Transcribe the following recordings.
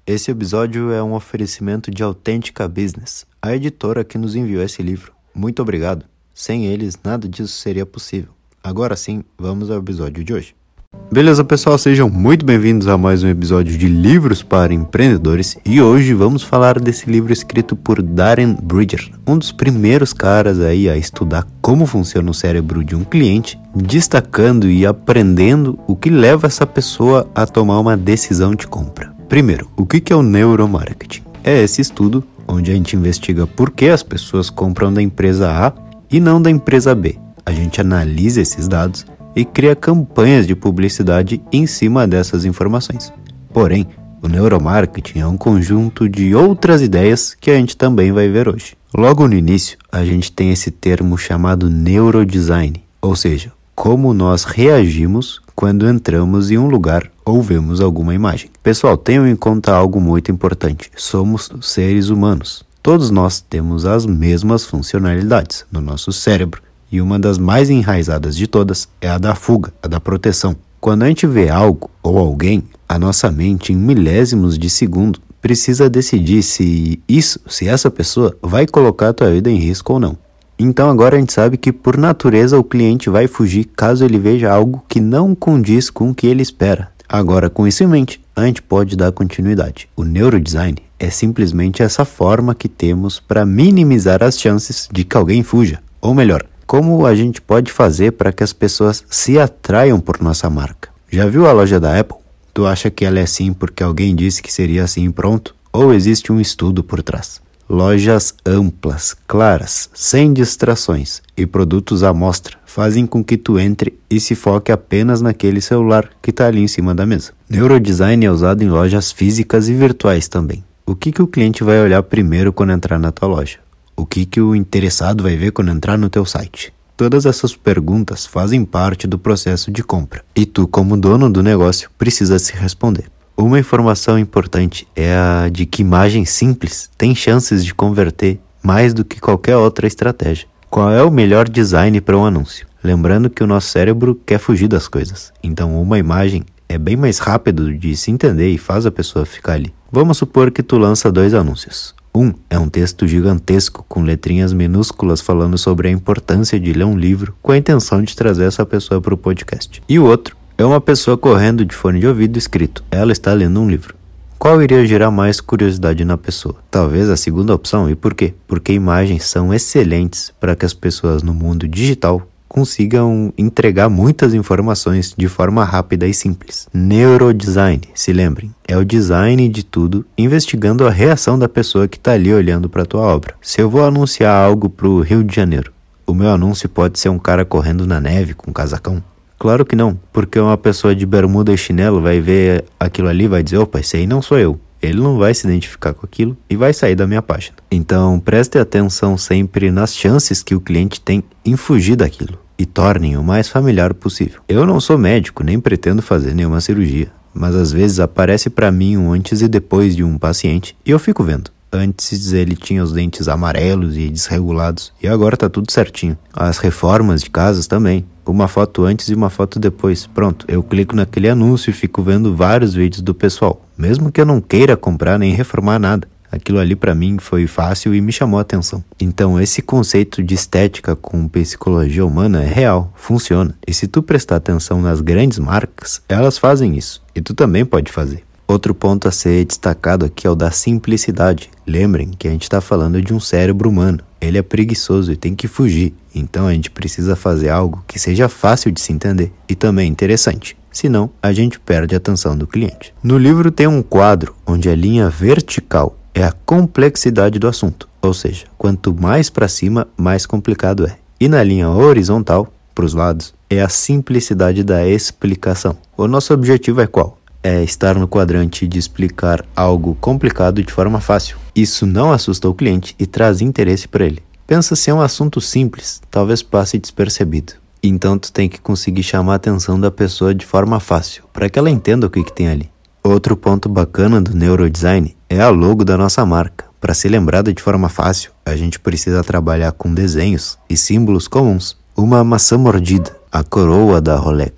Esse episódio é um oferecimento de Autêntica Business, a editora que nos enviou esse livro. Muito obrigado. Sem eles, nada disso seria possível. Agora sim, vamos ao episódio de hoje. Beleza, pessoal? Sejam muito bem-vindos a mais um episódio de Livros para Empreendedores. E hoje vamos falar desse livro escrito por Darren Bridger, um dos primeiros caras aí a estudar como funciona o cérebro de um cliente, destacando e aprendendo o que leva essa pessoa a tomar uma decisão de compra. Primeiro, o que é o neuromarketing? É esse estudo onde a gente investiga por que as pessoas compram da empresa A e não da empresa B. A gente analisa esses dados e cria campanhas de publicidade em cima dessas informações. Porém, o neuromarketing é um conjunto de outras ideias que a gente também vai ver hoje. Logo no início, a gente tem esse termo chamado neurodesign, ou seja, como nós reagimos quando entramos em um lugar ou vemos alguma imagem. Pessoal, tenham em conta algo muito importante. Somos seres humanos. Todos nós temos as mesmas funcionalidades no nosso cérebro. E uma das mais enraizadas de todas é a da fuga, a da proteção. Quando a gente vê algo ou alguém, a nossa mente, em milésimos de segundo, precisa decidir se essa pessoa vai colocar a tua vida em risco ou não. Então agora a gente sabe que por natureza o cliente vai fugir caso ele veja algo que não condiz com o que ele espera. Agora, com isso em mente, a gente pode dar continuidade. O neurodesign é simplesmente essa forma que temos para minimizar as chances de que alguém fuja. Ou melhor, como a gente pode fazer para que as pessoas se atraiam por nossa marca? Já viu a loja da Apple? Tu acha que ela é assim porque alguém disse que seria assim e pronto? Ou existe um estudo por trás? Lojas amplas, claras, sem distrações e produtos à mostra fazem com que tu entre e se foque apenas naquele celular que está ali em cima da mesa. Neurodesign é usado em lojas físicas e virtuais também. O que o cliente vai olhar primeiro quando entrar na tua loja? O que o interessado vai ver quando entrar no teu site? Todas essas perguntas fazem parte do processo de compra. E tu, como dono do negócio, precisa se responder. Uma informação importante é a de que imagem simples tem chances de converter mais do que qualquer outra estratégia. Qual é o melhor design para um anúncio? Lembrando que o nosso cérebro quer fugir das coisas. Então uma imagem é bem mais rápido de se entender e faz a pessoa ficar ali. Vamos supor que tu lança 2 anúncios. Um é um texto gigantesco com letrinhas minúsculas falando sobre a importância de ler um livro com a intenção de trazer essa pessoa para o podcast. E o outro é uma pessoa correndo de fone de ouvido escrito: ela está lendo um livro. Qual iria gerar mais curiosidade na pessoa? Talvez a segunda opção. E por quê? Porque imagens são excelentes para que as pessoas no mundo digital consigam entregar muitas informações de forma rápida e simples. Neurodesign, se lembrem, é o design de tudo, investigando a reação da pessoa que está ali olhando para a tua obra. Se eu vou anunciar algo para o Rio de Janeiro, o meu anúncio pode ser um cara correndo na neve com um casacão? Claro que não, porque uma pessoa de bermuda e chinelo vai ver aquilo ali e vai dizer: opa, esse aí não sou eu. Ele não vai se identificar com aquilo e vai sair da minha página. Então, preste atenção sempre nas chances que o cliente tem em fugir daquilo e tornem o mais familiar possível. Eu não sou médico, nem pretendo fazer nenhuma cirurgia, mas às vezes aparece para mim um antes e depois de um paciente e eu fico vendo. Antes ele tinha os dentes amarelos e desregulados e agora tá tudo certinho. As reformas de casas também. Uma foto antes e uma foto depois. Pronto, eu clico naquele anúncio e fico vendo vários vídeos do pessoal. Mesmo que eu não queira comprar nem reformar nada. Aquilo ali pra mim foi fácil e me chamou a atenção. Então esse conceito de estética com psicologia humana é real, funciona. E se tu prestar atenção nas grandes marcas, elas fazem isso. E tu também pode fazer. Outro ponto a ser destacado aqui é o da simplicidade. Lembrem que a gente está falando de um cérebro humano. Ele é preguiçoso e tem que fugir. Então a gente precisa fazer algo que seja fácil de se entender e também interessante. Senão a gente perde a atenção do cliente. No livro tem um quadro onde a linha vertical é a complexidade do assunto. Ou seja, quanto mais para cima, mais complicado é. E na linha horizontal, para os lados, é a simplicidade da explicação. O nosso objetivo é qual? É estar no quadrante de explicar algo complicado de forma fácil. Isso não assusta o cliente e traz interesse para ele. Pensa se é um assunto simples, talvez passe despercebido. Então tu tem que conseguir chamar a atenção da pessoa de forma fácil, para que ela entenda o que tem ali. Outro ponto bacana do neurodesign é a logo da nossa marca. Para ser lembrada de forma fácil, a gente precisa trabalhar com desenhos e símbolos comuns. Uma maçã mordida, a coroa da Rolex.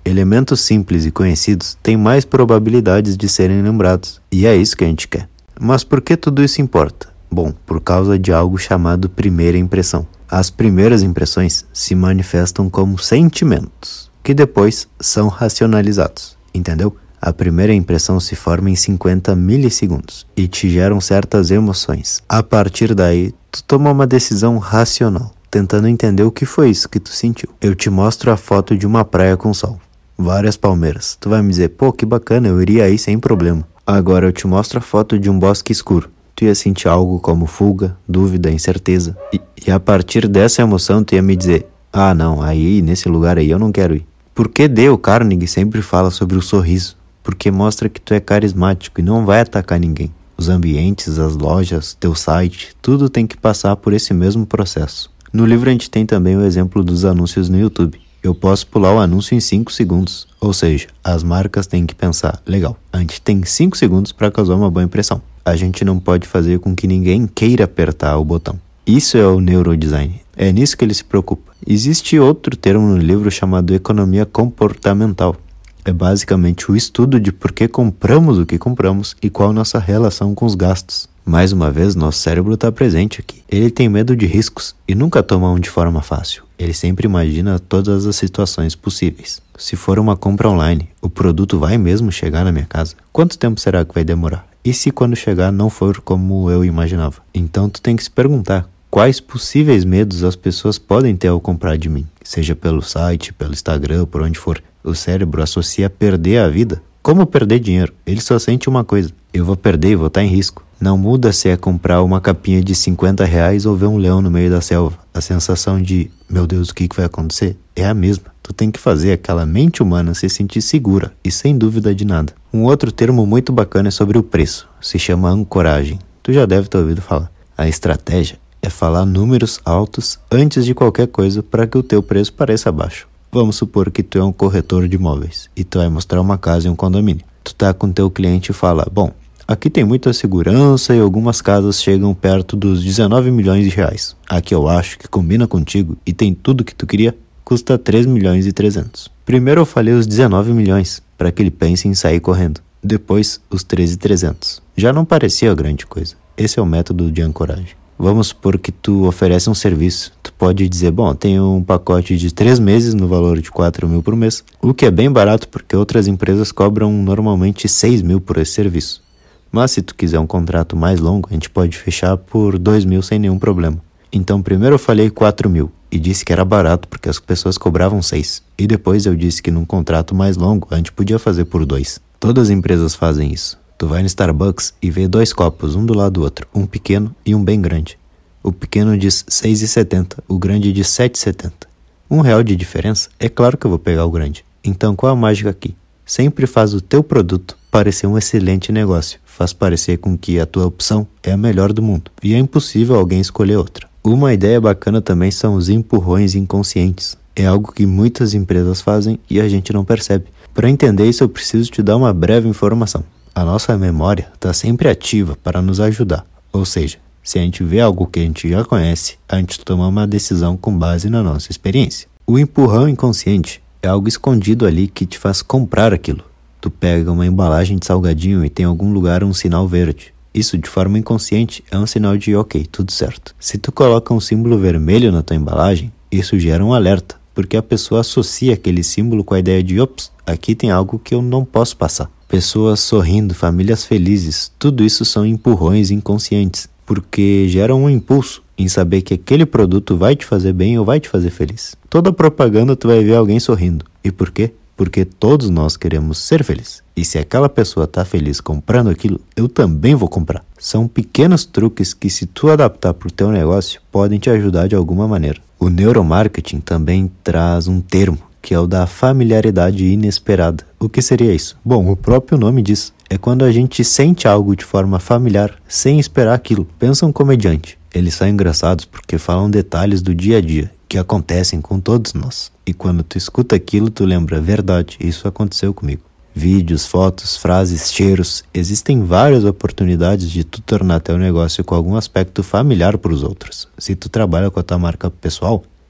Elementos simples e conhecidos têm mais probabilidades de serem lembrados, e é isso que a gente quer. Mas por que tudo isso importa? Bom, por causa de algo chamado primeira impressão. As primeiras impressões se manifestam como sentimentos, que depois são racionalizados, entendeu? A primeira impressão se forma em 50 milissegundos e te geram certas emoções. A partir daí, tu toma uma decisão racional, tentando entender o que foi isso que tu sentiu. Eu te mostro a foto de uma praia com sol, várias palmeiras. Tu vai me dizer, pô, que bacana, eu iria aí sem problema. Agora eu te mostro a foto de um bosque escuro. Tu ia sentir algo como fuga, dúvida, incerteza. E a partir dessa emoção tu ia me dizer, ah não, aí nesse lugar aí eu não quero ir. Por que Dale Carnegie sempre fala sobre o sorriso? Porque mostra que tu é carismático e não vai atacar ninguém. Os ambientes, as lojas, teu site, tudo tem que passar por esse mesmo processo. No livro a gente tem também o exemplo dos anúncios no YouTube. Eu posso pular o anúncio em 5 segundos. Ou seja, as marcas têm que pensar, legal, a gente tem 5 segundos para causar uma boa impressão. A gente não pode fazer com que ninguém queira apertar o botão. Isso é o neurodesign. É nisso que ele se preocupa. Existe outro termo no livro chamado economia comportamental. É basicamente o estudo de por que compramos o que compramos e qual a nossa relação com os gastos. Mais uma vez, nosso cérebro está presente aqui. Ele tem medo de riscos e nunca toma um de forma fácil. Ele sempre imagina todas as situações possíveis. Se for uma compra online, o produto vai mesmo chegar na minha casa? Quanto tempo será que vai demorar? E se quando chegar não for como eu imaginava? Então tu tem que se perguntar, quais possíveis medos as pessoas podem ter ao comprar de mim? Seja pelo site, pelo Instagram, por onde for. O cérebro associa perder a vida. Como perder dinheiro? Ele só sente uma coisa. Eu vou perder e vou estar em risco. Não muda se é comprar uma capinha de R$50 ou ver um leão no meio da selva. A sensação de, meu Deus, o que vai acontecer? É a mesma. Tu tem que fazer aquela mente humana se sentir segura e sem dúvida de nada. Um outro termo muito bacana é sobre o preço. Se chama ancoragem. Tu já deve ter ouvido falar. A estratégia é falar números altos antes de qualquer coisa para que o teu preço pareça baixo. Vamos supor que tu é um corretor de imóveis e tu vai mostrar uma casa em um condomínio. Tu tá com teu cliente e fala, bom, aqui tem muita segurança e algumas casas chegam perto dos 19 milhões de reais. Aqui eu acho que combina contigo e tem tudo que tu queria, custa 3 milhões e 300. Primeiro eu falei os 19 milhões, para que ele pense em sair correndo. Depois os 13.300. Já não parecia grande coisa. Esse é o método de ancoragem. Vamos supor que tu oferece um serviço. Tu pode dizer, bom, tenho um pacote de 3 meses no valor de 4 mil por mês, o que é bem barato porque outras empresas cobram normalmente 6 mil por esse serviço. Mas se tu quiser um contrato mais longo, a gente pode fechar por 2 mil sem nenhum problema. Então primeiro eu falei 4 mil e disse que era barato porque as pessoas cobravam 6. E depois eu disse que num contrato mais longo a gente podia fazer por 2. Todas as empresas fazem isso. Tu vai no Starbucks e vê 2 copos, um do lado do outro, um pequeno e um bem grande. O pequeno diz R$6,70, o grande diz R$7,70. R$1 de diferença? É claro que eu vou pegar o grande. Então qual a mágica aqui? Sempre faz o teu produto parecer um excelente negócio. Faz parecer com que a tua opção é a melhor do mundo. E é impossível alguém escolher outra. Uma ideia bacana também são os empurrões inconscientes. É algo que muitas empresas fazem e a gente não percebe. Para entender isso eu preciso te dar uma breve informação. A nossa memória está sempre ativa para nos ajudar. Ou seja, se a gente vê algo que a gente já conhece, a gente toma uma decisão com base na nossa experiência. O empurrão inconsciente é algo escondido ali que te faz comprar aquilo. Tu pega uma embalagem de salgadinho e tem em algum lugar um sinal verde. Isso de forma inconsciente é um sinal de ok, tudo certo. Se tu coloca um símbolo vermelho na tua embalagem, isso gera um alerta, porque a pessoa associa aquele símbolo com a ideia de ops, aqui tem algo que eu não posso passar. Pessoas sorrindo, famílias felizes, tudo isso são empurrões inconscientes, porque geram um impulso em saber que aquele produto vai te fazer bem ou vai te fazer feliz. Toda propaganda tu vai ver alguém sorrindo. E por quê? Porque todos nós queremos ser felizes. E se aquela pessoa está feliz comprando aquilo, eu também vou comprar. São pequenos truques que, se tu adaptar para o teu negócio, podem te ajudar de alguma maneira. O neuromarketing também traz um termo, que é o da familiaridade inesperada. O que seria isso? Bom, o próprio nome diz. É quando a gente sente algo de forma familiar, sem esperar aquilo. Pensa um comediante. Eles são engraçados porque falam detalhes do dia a dia, que acontecem com todos nós. E quando tu escuta aquilo, tu lembra, verdade, isso aconteceu comigo. Vídeos, fotos, frases, cheiros. Existem várias oportunidades de tu tornar teu negócio com algum aspecto familiar para os outros. Se tu trabalha com a tua marca pessoal,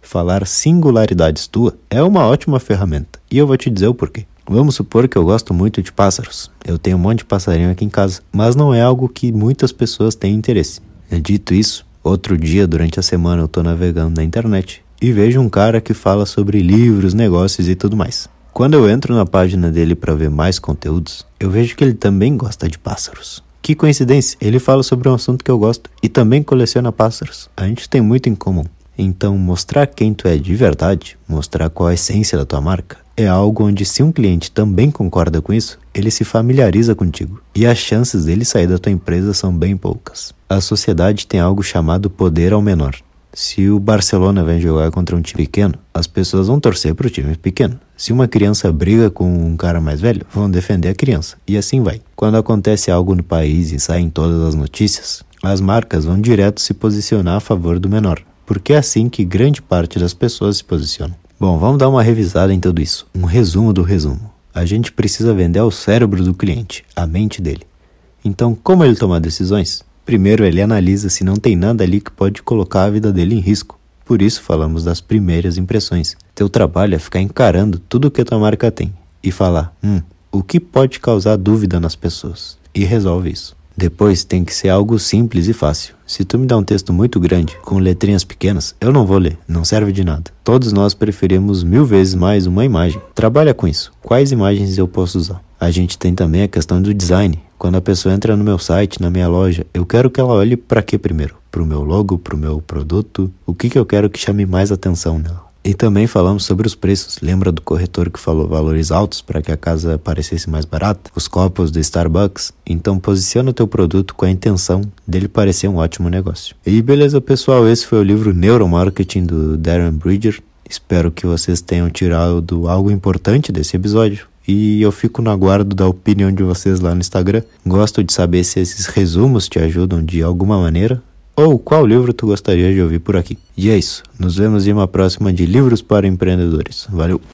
falar singularidades tua é uma ótima ferramenta, e eu vou te dizer o porquê. Vamos supor que eu gosto muito de pássaros. Eu tenho um monte de passarinho aqui em casa, mas não é algo que muitas pessoas têm interesse. Dito isso, outro dia durante a semana eu tô navegando na internet e vejo um cara que fala sobre livros, negócios e tudo mais. Quando eu entro na página dele para ver mais conteúdos, eu vejo que ele também gosta de pássaros. Que coincidência, ele fala sobre um assunto que eu gosto e também coleciona pássaros. A gente tem muito em comum. Então, mostrar quem tu é de verdade, mostrar qual a essência da tua marca, é algo onde se um cliente também concorda com isso, ele se familiariza contigo. E as chances dele sair da tua empresa são bem poucas. A sociedade tem algo chamado poder ao menor. Se o Barcelona vem jogar contra um time pequeno, as pessoas vão torcer para o time pequeno. Se uma criança briga com um cara mais velho, vão defender a criança. E assim vai. Quando acontece algo no país e sai em todas as notícias, as marcas vão direto se posicionar a favor do menor. Porque é assim que grande parte das pessoas se posicionam. Bom, vamos dar uma revisada em tudo isso. Um resumo do resumo. A gente precisa vender ao cérebro do cliente, a mente dele. Então, como ele toma decisões? Primeiro, ele analisa se não tem nada ali que pode colocar a vida dele em risco. Por isso, falamos das primeiras impressões. Teu trabalho é ficar encarando tudo que a tua marca tem e falar, o que pode causar dúvida nas pessoas? E resolve isso. Depois tem que ser algo simples e fácil. Se tu me dá um texto muito grande, com letrinhas pequenas, eu não vou ler, não serve de nada. Todos nós preferimos 1000 vezes mais uma imagem. Trabalha com isso. Quais imagens eu posso usar? A gente tem também a questão do design. Quando a pessoa entra no meu site, na minha loja, eu quero que ela olhe para quê primeiro? Para o meu logo, para o meu produto? O que eu quero que chame mais atenção nela? E também falamos sobre os preços. Lembra do corretor que falou valores altos para que a casa parecesse mais barata? Os copos do Starbucks? Então posiciona o teu produto com a intenção dele parecer um ótimo negócio. E beleza, pessoal, esse foi o livro Neuromarketing do Darren Bridger. Espero que vocês tenham tirado algo importante desse episódio. E eu fico no aguardo da opinião de vocês lá no Instagram. Gosto de saber se esses resumos te ajudam de alguma maneira. Ou qual livro tu gostaria de ouvir por aqui. E é isso. Nos vemos em uma próxima de Livros para Empreendedores. Valeu!